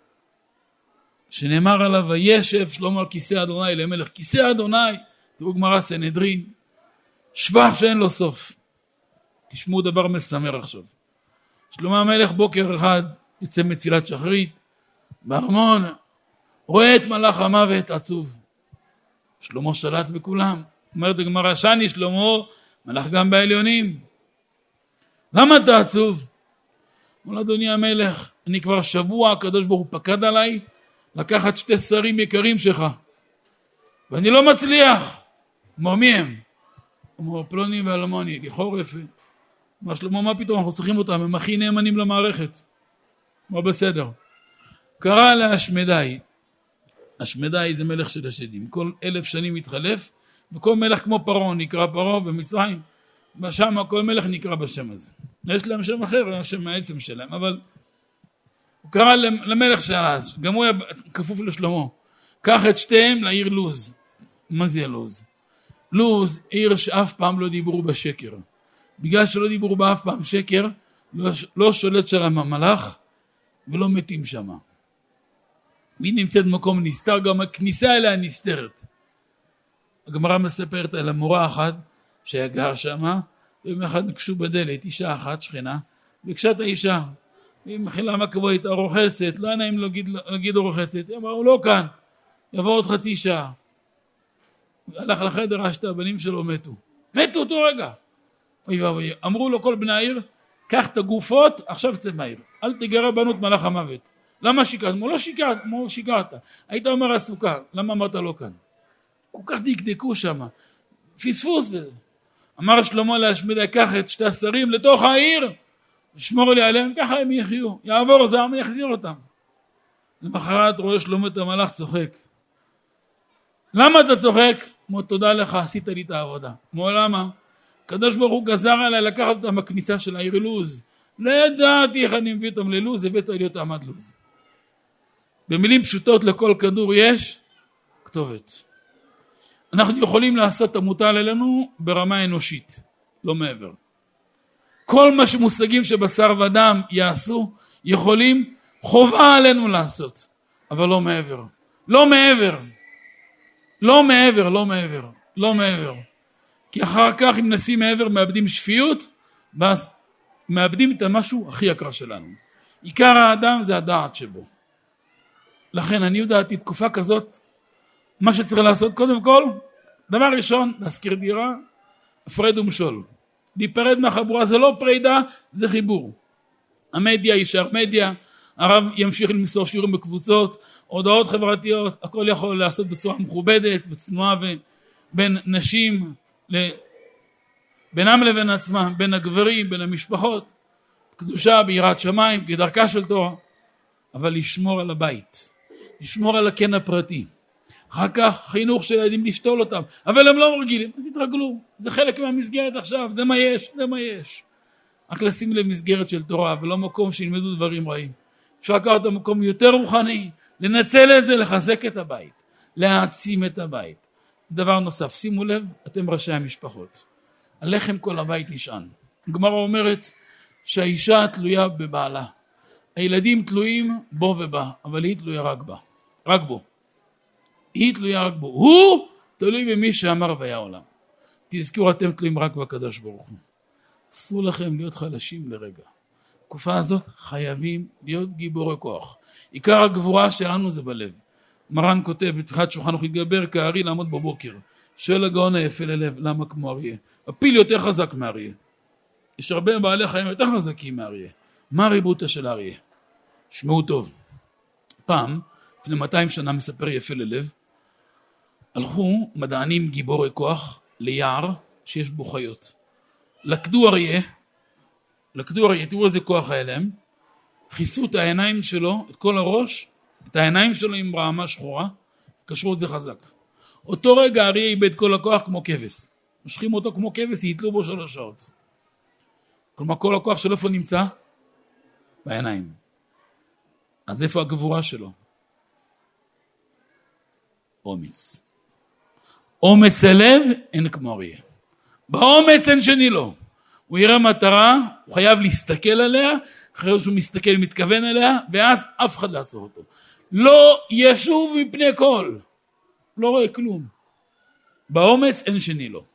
שנאמר עליו, וישב שלמה על כיסא אדוני למלך, כיסא אדוני, תראו גמרא סנהדרין, שבח שאין לו סוף. תשמעו דבר מסמר עכשיו. שלמה המלך בוקר אחד יצא מתפילת שחרית, בארמון, רואה את מלאך המוות עצוב. שלמה שלט בכולם. אומרת הגמרא, שאני שלמה מלך גם בעליונים. למה אתה עצוב? אומר אדוני המלך, אני כבר שבוע הקדוש ברוך הוא פקד עליי לקחת 2 שרים יקרים שלך, ואני לא מצליח. אומר מי הם? אומר פלוני ואלמוני, לכאורה יפה. אומר שלמה, מה פתאום, אנחנו צריכים אותם, הם הכי נאמנים למערכת. אומר בסדר. קרא להשמדי. השמדי זה מלך של השדים, כל 1000 שנים מתחלף, וכל מלך כמו פרעה נקרא פרעה במצרים, ושם כל מלך נקרא בשם הזה. יש להם שם אחר, שם העצם שלהם, אבל הוא קרא למלך של אז, גם הוא היה כפוף לשלמה. קח את שתיהם לעיר לוז. מה זה לוז? לוז, עיר שאף פעם לא דיברו בשקר. בגלל שלא דיברו באף פעם שקר, לא שולט שם המלאך, ולא מתים שם. והיא נמצאת במקום נסתר, גם הכניסה אליה נסתרת. הגמרא מספרת על המורה אחת, שהיה גר שם, ויום אחד נקשו בדלת, אישה אחת, שכנה, ביקשה את האישה, והיא מחילה מה כבוד הייתה רוחצת, לא היה נעים להגיד רוחצת, היא אמרה, הוא לא כאן, יבוא עוד חצי שעה. הלך לחדר, השת הבנים שלו מתו אותו רגע. אמרו לו כל בני העיר, קח את הגופות, עכשיו צא מהעיר, אל תגרה בנות מלאך המוות. למה שיקרת? לא שיקרת, היית אומר עסוקה, למה אמרת לא כאן? כל כך דקדקו שם, פספוס בזה. אמר שלמה להשמיד, קח את שתי השרים לתוך העיר, שמור לי עליהם, ככה הם יחיו, יעבור זעם יחזיר אותם. למחרת רואה שלמה את המלאך צוחק. למה אתה צוחק? כמו תודה לך, עשית לי את העבודה. כמו למה? הקדוש ברוך הוא גזר עליי לקחת אותם בכניסה של העיר לוז. לא ידעתי איך אני מביא אותם ללוז, הבאת לי אותם עד לוז. במילים פשוטות לכל כדור יש כתובת. אנחנו יכולים לעשות את המוטל אלינו ברמה אנושית, לא מעבר. כל מה שמושגים שבשר ודם יעשו, יכולים, חובה עלינו לעשות, אבל לא מעבר. לא מעבר. לא מעבר, לא מעבר, לא מעבר. כי אחר כך אם נשים מעבר מאבדים שפיות, ואז מאבדים את המשהו הכי יקר שלנו. עיקר האדם זה הדעת שבו. לכן אני יודעתי תקופה כזאת, מה שצריך לעשות קודם כל, דבר ראשון, להזכיר דירה, הפרד ומשול. להיפרד מהחבורה זה לא פרידה, זה חיבור. המדיה יישאר מדיה, הרב ימשיך למסור שיעורים בקבוצות, הודעות חברתיות, הכל יכול לעשות בצורה מכובדת וצנועה בין נשים, בינם לבין עצמם, בין הגברים, בין המשפחות, קדושה ביראת שמיים, כדרכה של תורה, אבל לשמור על הבית, לשמור על הקן הפרטי. אחר כך חינוך של ילדים לשתול אותם, אבל הם לא רגילים, אז יתרגלו, זה חלק מהמסגרת עכשיו, זה מה יש, זה מה יש. רק לשים למסגרת של תורה, ולא מקום שילמדו דברים רעים. אפשר לקחת את המקום יותר רוחני, לנצל את זה, לחזק את הבית, להעצים את הבית. דבר נוסף, שימו לב, אתם ראשי המשפחות. הלחם כל הבית נשען. הגמרא אומרת שהאישה תלויה בבעלה. הילדים תלויים בו ובה, אבל היא תלויה רק בו. היא תלויה רק בו. הוא תלוי במי שאמר והיה עולם. תזכרו, אתם תלויים רק בקדוש ברוך הוא. אסור לכם להיות חלשים לרגע. בתקופה הזאת חייבים להיות גיבורי כוח. עיקר הגבורה שלנו זה בלב. מרן כותב בתחילת שולחן ערוך, יתגבר כארי לעמוד בבוקר. שואל הגאון היפה ללב, למה כמו אריה? הפיל יותר חזק מאריה. יש הרבה בעלי חיים יותר חזקים מאריה. מה הריבותה של אריה? שמעו טוב. פעם, לפני 200 שנה מספר יפה ללב, הלכו מדענים גיבורי כוח ליער שיש בו חיות. לקדו אריה, תראו איזה כוח היה להם, חיסו את העיניים שלו, את כל הראש, את העיניים שלו עם רעמה שחורה, קשרו את זה חזק. אותו רגע אריה איבד כל הכוח כמו כבש. משכים אותו כמו כבש, יתלו בו 3 שעות. כלומר כל הכוח שלו איפה נמצא? בעיניים. אז איפה הגבורה שלו? אומץ. אומץ הלב אין כמו אריה. באומץ אין שני לו. הוא יראה מטרה, הוא חייב להסתכל עליה, אחרי שהוא מסתכל מתכוון עליה, ואז אף אחד לעצור אותו. לא ישוב מפני כל. לא רואה כלום. באומץ אין שני לו.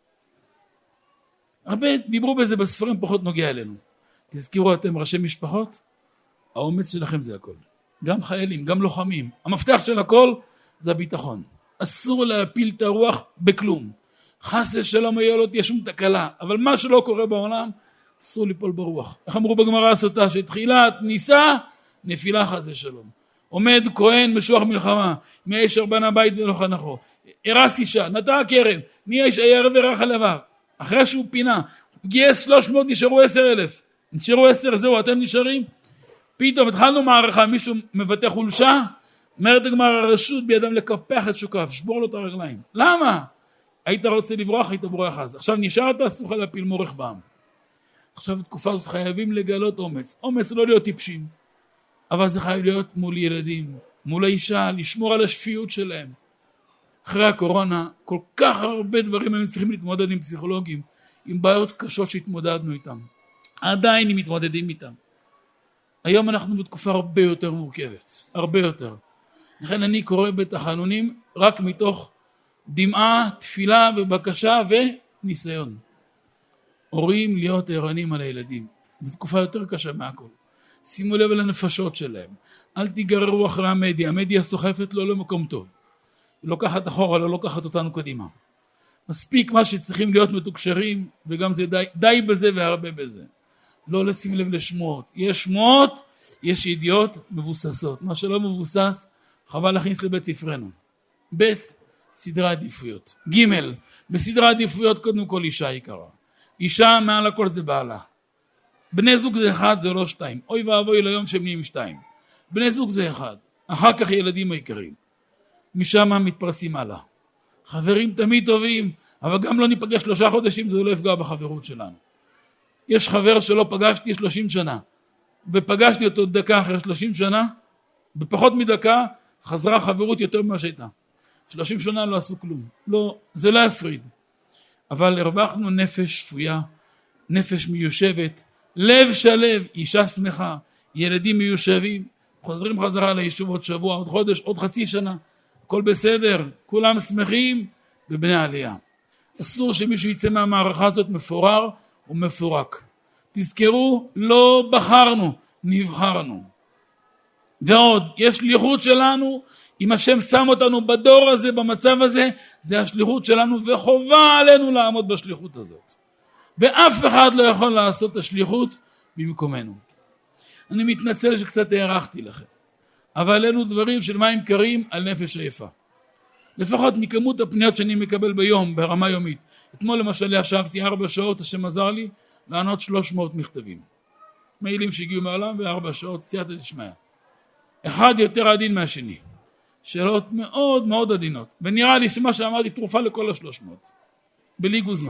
הרבה דיברו בזה בספרים, פחות נוגע אלינו. תזכירו אתם ראשי משפחות, האומץ שלכם זה הכל. גם חיילים, גם לוחמים. המפתח של הכל זה הביטחון. אסור להפיל את הרוח בכלום. חס ושלום היה לא תהיה שום תקלה, אבל מה שלא קורה בעולם, אסור ליפול ברוח. איך אמרו בגמרא הסוטה, שתחילת ניסה, נפילה חס ושלום. עומד כהן משוח מלחמה, מי ישר בנה בית ולא חנכו. הרס אישה, נטע כרם, מי יערב ורח הלבב. אחרי שהוא פינה, גייס 300, נשארו 10,000. נשארו 10, זהו, אתם נשארים? פתאום התחלנו מערכה, מישהו מבטא חולשה, אומרת הגמרא, הרשות בידם לקפח את שוקיו, שבור לו את הרגליים. למה? היית רוצה לברוח, היית בורח אז. עכשיו נשארת, אסור לך להפיל מורך בעם. עכשיו בתקופה הזאת חייבים לגלות אומץ. אומץ לא להיות טיפשים, אבל זה חייב להיות מול ילדים, מול האישה, לשמור על השפיות שלהם. אחרי הקורונה, כל כך הרבה דברים הם צריכים להתמודד עם פסיכולוגים, עם בעיות קשות שהתמודדנו איתם. עדיין הם מתמודדים איתם. היום אנחנו בתקופה הרבה יותר מורכבת, הרבה יותר. לכן אני קורא בתחנונים רק מתוך דמעה, תפילה ובקשה וניסיון. הורים להיות ערנים על הילדים. זו תקופה יותר קשה מהכל. שימו לב לנפשות שלהם. אל תיגררו אחרי המדיה. המדיה סוחפת לא למקום טוב. היא לוקחת אחורה, לא לוקחת אותנו קדימה. מספיק מה שצריכים להיות מתוקשרים, וגם זה די בזה והרבה בזה. לא לשים לב לשמועות. יש שמועות, יש ידיעות מבוססות. מה שלא מבוסס, חבל להכניס לבית ספרנו. ב' סדרי עדיפויות. ג' בסדרי עדיפויות קודם כל אישה יקרה. אישה מעל הכל זה בעלה. בני זוג זה אחד, זה לא שתיים. אוי ואבוי ליום שהם נהיים שתיים. בני זוג זה אחד. אחר כך ילדים העיקרים. משם מתפרסים הלאה. חברים תמיד טובים, אבל גם לא ניפגש 3 חודשים, זה לא יפגע בחברות שלנו. יש חבר שלא פגשתי 30 שנה, ופגשתי אותו דקה אחרי 30 שנה, בפחות מדקה חזרה חברות יותר ממה שהייתה. 30 שנה לא עשו כלום. לא, זה לא הפריד. אבל הרווחנו נפש שפויה, נפש מיושבת, לב שלב, אישה שמחה, ילדים מיושבים, חוזרים חזרה ליישוב עוד שבוע, עוד חודש, עוד חצי שנה, הכל בסדר, כולם שמחים בבני העלייה. אסור שמישהו יצא מהמערכה הזאת מפורר ומפורק. תזכרו, לא בחרנו, נבחרנו. ועוד, יש שליחות שלנו, אם השם שם אותנו בדור הזה, במצב הזה, זה השליחות שלנו וחובה עלינו לעמוד בשליחות הזאת. ואף אחד לא יכול לעשות את השליחות במקומנו. אני מתנצל שקצת הערכתי לכם, אבל אלו דברים של מים קרים על נפש עייפה. לפחות מכמות הפניות שאני מקבל ביום, ברמה יומית. אתמול למשל ישבתי 4 שעות, השם עזר לי לענות 300 מכתבים. מיילים שהגיעו מעולם ו4 שעות, סייעתא דשמיא. אחד יותר עדין מהשני. שאלות מאוד מאוד עדינות. ונראה לי שמה שאמרתי תרופה לכל 300. בלי גוזמה.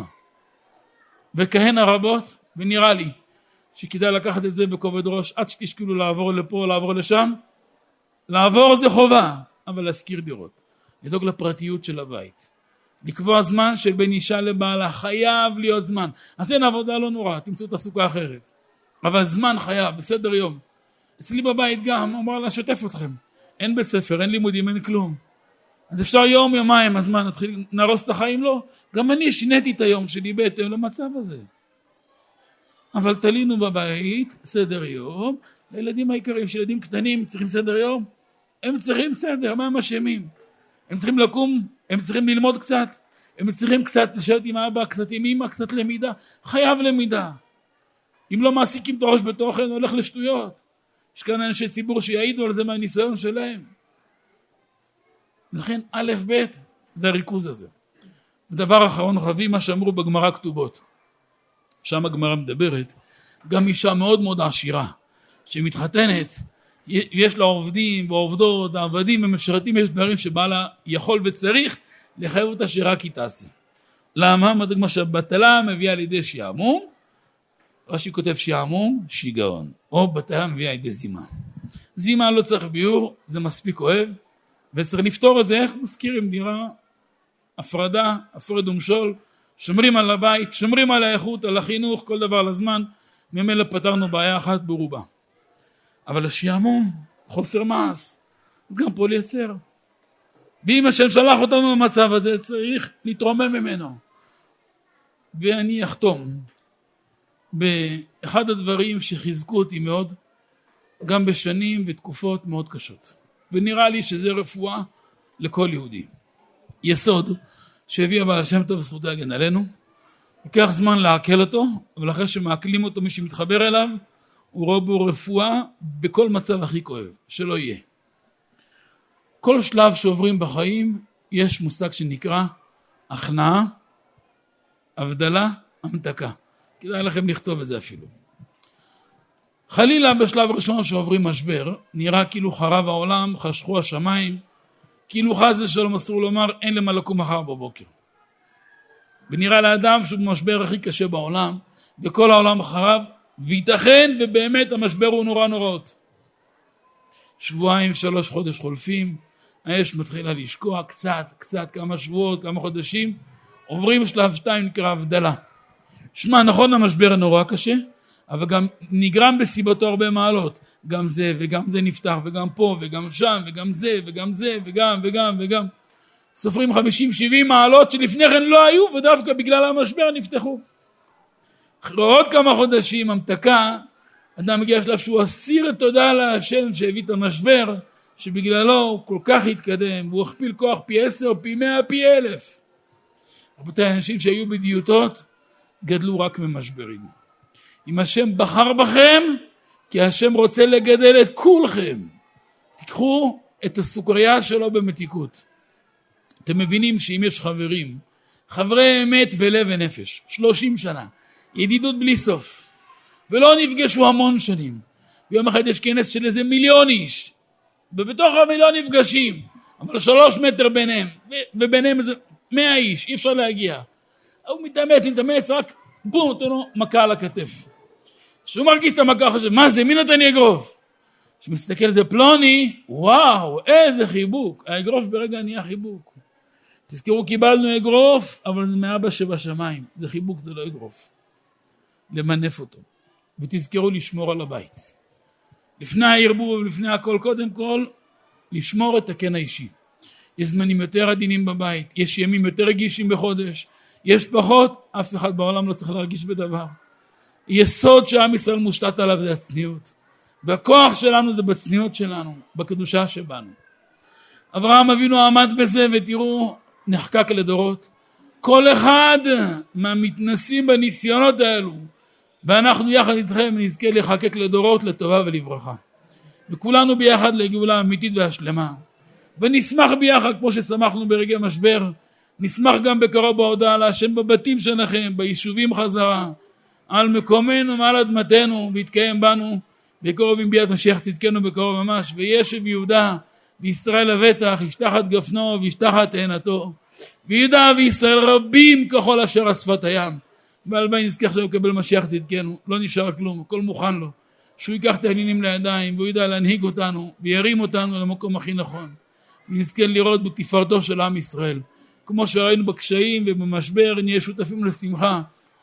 וכהנה רבות, ונראה לי שכדאי לקחת את זה בכובד ראש, עד שתשקלו לעבור לפה, לעבור לשם. לעבור זה חובה, אבל להזכיר דירות. לדאוג לפרטיות של הבית. לקבוע זמן של בין אישה לבעלה, חייב להיות זמן. אז אין עבודה לא נורא, תמצאו תעסוקה אחרת. אבל זמן חייב, בסדר יום. אצלי בבית גם, אמר לה, שתף אתכם. אין בית ספר, אין לימודים, אין כלום. אז אפשר יום, יומיים, אז מה, נתחיל, נרוס את החיים? לא. גם אני שיניתי את היום שלי בהתאם למצב הזה. אבל תלינו בבית, סדר יום, לילדים העיקריים, שילדים קטנים צריכים סדר יום. הם צריכים סדר, מה הם אשמים? הם צריכים לקום, הם צריכים ללמוד קצת, הם צריכים קצת לשבת עם אבא, קצת עם אמא, קצת למידה. חייב למידה. אם לא מעסיקים את הראש בתוכן, הולך לשטויות. יש כאן אנשי ציבור שיעידו על זה מהניסיון שלהם. לכן א' ב' זה הריכוז הזה. ודבר אחרון חביב, מה שאמרו בגמרא כתובות. שם הגמרא מדברת, גם אישה מאוד מאוד עשירה, שמתחתנת, יש לה עובדים ועובדות, העבדים ומשרתים, יש דברים שבעלה יכול וצריך לחייב אותה שרק היא תעשי. למה? מה שבטלה מביאה לידי שעמום, רש"י כותב שעמום, שיגעון, או בטלה מביאה לידי זימה. זימה לא צריך ביור, זה מספיק אוהב, וצריך לפתור את זה, איך מזכירים דירה, הפרדה, הפרד ומשול, שומרים על הבית, שומרים על האיכות, על החינוך, כל דבר לזמן, ממילא פתרנו בעיה אחת ברובה. אבל השעמום, חוסר מעש, זה גם פה לייצר. ואם השם שלח אותנו במצב הזה, צריך להתרומם ממנו. ואני אחתום באחד הדברים שחיזקו אותי מאוד, גם בשנים ותקופות מאוד קשות. ונראה לי שזה רפואה לכל יהודי. יסוד שהביא הבעל השם טוב זכותו להגן עלינו, לוקח זמן לעכל אותו, אבל אחרי שמעכלים אותו מי שמתחבר אליו, הוא רואה בו רפואה בכל מצב הכי כואב, שלא יהיה. כל שלב שעוברים בחיים, יש מושג שנקרא הכנעה, הבדלה, המתקה. כדאי לכם לכתוב את זה אפילו. חלילה בשלב ראשון שעוברים משבר, נראה כאילו חרב העולם, חשכו השמיים, כאילו חס ושלום אסור לומר, אין למה לקום מחר בבוקר. ונראה לאדם שהוא במשבר הכי קשה בעולם, וכל העולם חרב, וייתכן ובאמת המשבר הוא נורא נוראות. שבועיים, 3 חודש חולפים, האש מתחילה לשקוע קצת, כמה שבועות, כמה חודשים, עוברים שלב 2 נקרא הבדלה. שמע, נכון המשבר נורא קשה, אבל גם נגרם בסיבתו הרבה מעלות. גם זה וגם זה נפתח, וגם פה וגם שם, וגם זה וגם זה, וגם. סופרים 50-70 מעלות שלפני כן לא היו, ודווקא בגלל המשבר נפתחו. אחרי עוד כמה חודשים, המתקה, אדם מגיע לשלב שהוא אסיר תודה להשם שהביא את המשבר, שבגללו הוא כל כך התקדם, והוא הכפיל כוח פי 10, פי 100, פי 1000. רבותיי, האנשים שהיו בדיוטות, גדלו רק ממשברים. אם השם בחר בכם, כי השם רוצה לגדל את כולכם. תיקחו את הסוכריה שלו במתיקות. אתם מבינים שאם יש חברים, חברי אמת בלב ונפש, 30 שנה, ידידות בלי סוף, ולא נפגשו המון שנים, ביום אחד יש כנס של איזה 1,000,000 איש, ובתוך המיליון נפגשים, אבל 3 מטר ביניהם, וביניהם איזה 100 איש, אי אפשר להגיע. הוא מתאמץ, רק בום, נותן לו מכה על הכתף. שהוא מרגיש את המכה, חושב, מה זה, מי נתן לי אגרוף? כשמסתכל על זה פלוני, וואו, איזה חיבוק. האגרוף ברגע נהיה חיבוק. תזכרו, קיבלנו אגרוף, אבל זה מאבא שבשמיים. זה חיבוק, זה לא אגרוף. למנף אותו. ותזכרו לשמור על הבית. לפני הערבוב ולפני הכל, קודם כל, לשמור את הקן האישי. יש זמנים יותר עדינים בבית, יש ימים יותר רגישים בחודש, יש פחות, אף אחד בעולם לא צריך להרגיש בדבר. יסוד שעם ישראל מושתת עליו זה הצניעות. והכוח שלנו זה בצניעות שלנו, בקדושה שבנו. אברהם אבינו עמד בזה, ותראו, נחקק לדורות. כל אחד מהמתנסים בניסיונות האלו, ואנחנו יחד איתכם נזכה לחקק לדורות לטובה ולברכה. וכולנו ביחד לגאולה אמיתית והשלמה. ונשמח ביחד כמו ששמחנו ברגעי משבר, נשמח גם בקרוב בהודעה להשם בבתים שלכם, ביישובים חזרה, על מקומנו מעל אדמתנו, ויתקיים בנו בקרוב עם ביאת משיח צדקנו בקרוב ממש, וישב יהודה וישראל לבטח, ישתח את גפנו וישתח את תאנתו, ויהודה וישראל רבים ככל אשר אספת הים. והלוואי נזכה עכשיו לקבל משיח צדקנו, לא נשאר כלום, הכל מוכן לו, שהוא ייקח את העניינים לידיים, והוא ידע להנהיג אותנו, וירים אותנו למקום הכי נכון, ונזכה לראות בתפארתו של עם ישראל. כמו שראינו בקשיים ובמשבר, נהיה שותפים לשמחה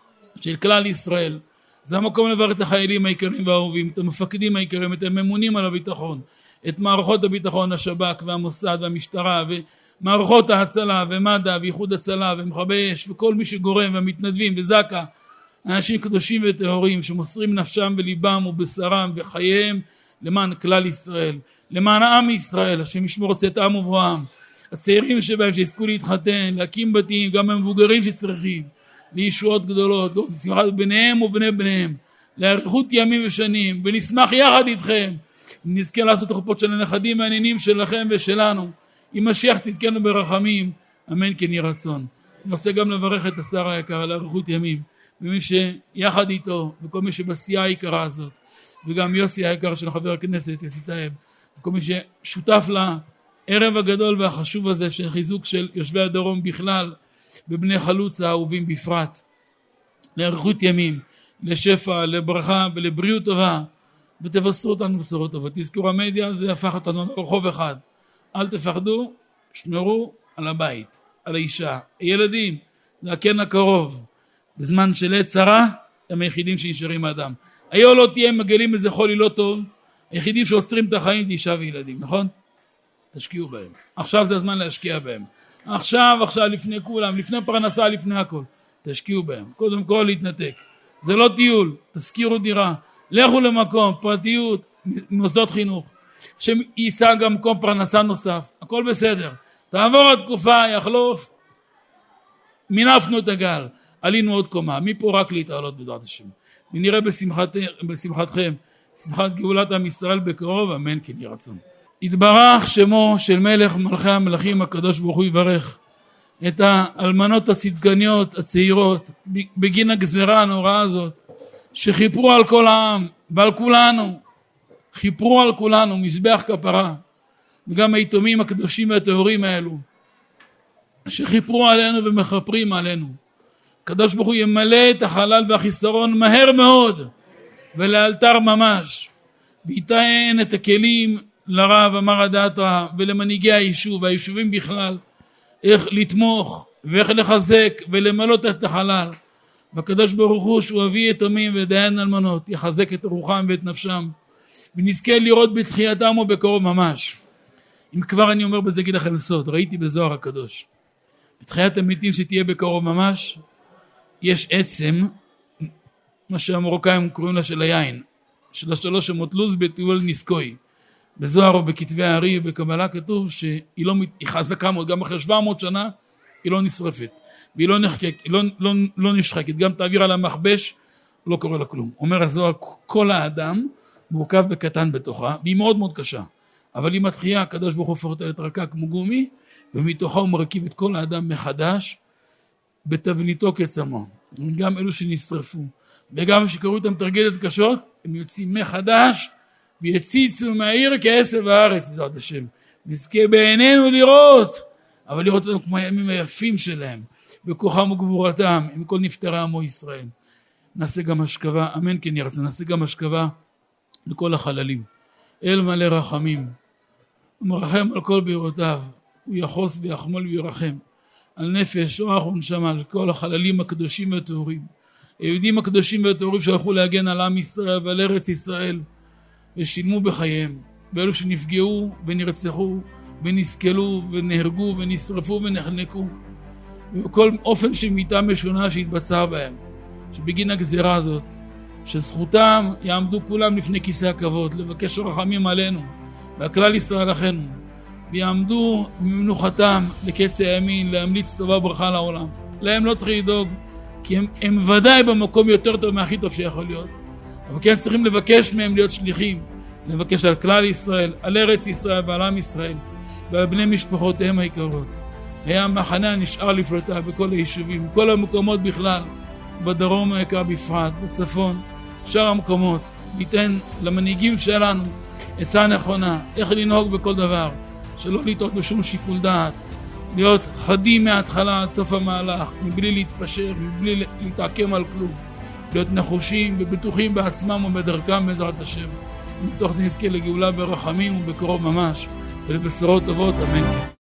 של כלל ישראל. זה המקום לברך את החיילים העיקרים והאהובים, את המפקדים העיקרים, את הממונים על הביטחון, את מערכות הביטחון, השב"כ והמוסד והמשטרה, ומערכות ההצלה ומד"א ואיחוד הצלה ומכבי אש, וכל מי שגורם והמתנדבים וזק"א, אנשים קדושים וטהורים שמוסרים נפשם וליבם ובשרם וחייהם למען כלל ישראל, למען העם ישראל, השם ישמור צאת עם ובואם, הצעירים שבהם שיזכו להתחתן, להקים בתים, גם המבוגרים שצריכים, לישועות גדולות, לשמחת בניהם ובני בניהם, לאריכות ימים ושנים, ונשמח יחד איתכם, נזכה לעשות החופות של הנכדים והנינים שלכם ושלנו, עם משיח צדקנו ברחמים, אמן כן יהי רצון. אני רוצה גם לברך את השר היקר על אריכות ימים, ומי שיחד איתו, וכל מי שבסיעה היקרה הזאת, וגם יוסי היקר של חבר הכנסת יוסי טייב, וכל מי ששותף לערב הגדול והחשוב הזה של חיזוק של יושבי הדרום בכלל, ובני חלוץ האהובים בפרט, לאריכות ימים, לשפע, לברכה ולבריאות טובה, ותבשרו אותנו בשורות טובות. תזכרו, המדיה זה הפך אותנו לרחוב אחד. אל תפחדו, שמרו על הבית, על האישה, הילדים, זה הקן הקרוב. בזמן של עת צרה, הם היחידים שישארים האדם. היו לא תהיה מגלים איזה חולי לא טוב, היחידים שעוצרים את החיים זה אישה וילדים, נכון? תשקיעו בהם. עכשיו זה הזמן להשקיע בהם. עכשיו לפני כולם, לפני פרנסה, לפני הכל. תשקיעו בהם. קודם כל להתנתק. זה לא טיול, תזכירו דירה. לכו למקום, פרטיות, מוסדות חינוך. שיצא גם מקום פרנסה נוסף. הכל בסדר. תעבור התקופה, יחלוף. מינפנו את הגל. עלינו עוד קומה. מפה רק להתעלות בעזרת השם. ונראה בשמחתכם, שמחת גאולת עם ישראל בקרוב, אמן כן יהי רצון. יתברך שמו של מלך מלכי המלכים הקדוש ברוך הוא יברך את האלמנות הצדקניות הצעירות בגין הגזרה הנוראה הזאת שחיפרו על כל העם ועל כולנו, חיפרו על כולנו מזבח כפרה, וגם היתומים הקדושים והטהורים האלו שחיפרו עלינו ומחפרים עלינו. הקדוש ברוך הוא ימלא את החלל והחיסרון מהר מאוד ולאלתר ממש, וייתן את הכלים לרב אמר הדאטרה ולמנהיגי היישוב והיישובים בכלל איך לתמוך ואיך לחזק ולמלות את החלל. והקדוש ברוך הוא שהוא אבי יתומים ודיין אלמנות יחזק את רוחם ואת נפשם ונזכה לראות בתחייתם ובקרוב ממש. אם כבר אני אומר בזה, אגיד לכם סוד, ראיתי בזוהר הקדוש בתחיית המתים שתהיה בקרוב ממש יש עצם, מה שהמרוקאים קוראים לה של היין, של השלוש שמות לוז בתיאול ניסקוי. בזוהר או בכתבי הארי בקבלה כתוב שהיא היא חזקה מאוד, גם אחרי 700 שנה היא לא נשרפת והיא לא נשחקת, גם תעביר על המכבש לא קורה לה כלום. אומר הזוהר, כל האדם מורכב וקטן בתוכה והיא מאוד מאוד קשה, אבל היא מתחייה, הקדוש ברוך הוא הופך אותה לתרקה כמו גומי ומתוכה הוא מרכיב את כל האדם מחדש בתבניתו כצלמו. גם אלו שנשרפו וגם שקראו איתם טרגדיות קשות הם יוצאים מחדש ויציצו מהעיר כעשב הארץ בעזרת השם. נזכה בעינינו לראות, אבל לראות אותם כמו הימים היפים שלהם בכוחם וגבורתם עם כל נפטרי עמו ישראל. נעשה גם השכבה, אמן כן ירצה, נעשה גם השכבה לכל החללים. אל מלא רחמים ומרחם על כל בירותיו, הוא יחוס ויחמול וירחם על נפש, רוח ונשמה, על כל החללים הקדושים והטהורים, היהודים הקדושים והטהורים שהלכו להגן על עם ישראל ועל ארץ ישראל ושילמו בחייהם, ואלו שנפגעו ונרצחו ונסכלו ונהרגו ונשרפו ונחנקו, ובכל אופן שמיתה משונה שהתבצעה בהם, שבגין הגזירה הזאת שזכותם יעמדו כולם לפני כיסא הכבוד לבקש רחמים עלינו והכלל ישראל אחינו, ויעמדו ממנוחתם לקץ הימין להמליץ טובה וברכה לעולם. להם לא צריך לדאוג, כי הם ודאי במקום יותר טוב מהכי טוב שיכול להיות, אבל כן צריכים לבקש מהם להיות שליחים, לבקש על כלל ישראל, על ארץ ישראל ועל עם ישראל ועל בני משפחותיהם היקרות. היה מחנה הנשאר לפלוטה בכל היישובים, בכל המקומות בכלל, בדרום היקר בפרט, בצפון, שאר המקומות. ניתן למנהיגים שלנו עצה נכונה, איך לנהוג בכל דבר, שלא לטעות בשום שיקול דעת, להיות חדים מההתחלה עד סוף המהלך, מבלי להתפשר, מבלי להתעקם על כלום, להיות נחושים ובטוחים בעצמם ובדרכם בעזרת השם. מתוך זה נזכה לגאולה ברחמים ובקרוב ממש ולבשורות טובות, אמן.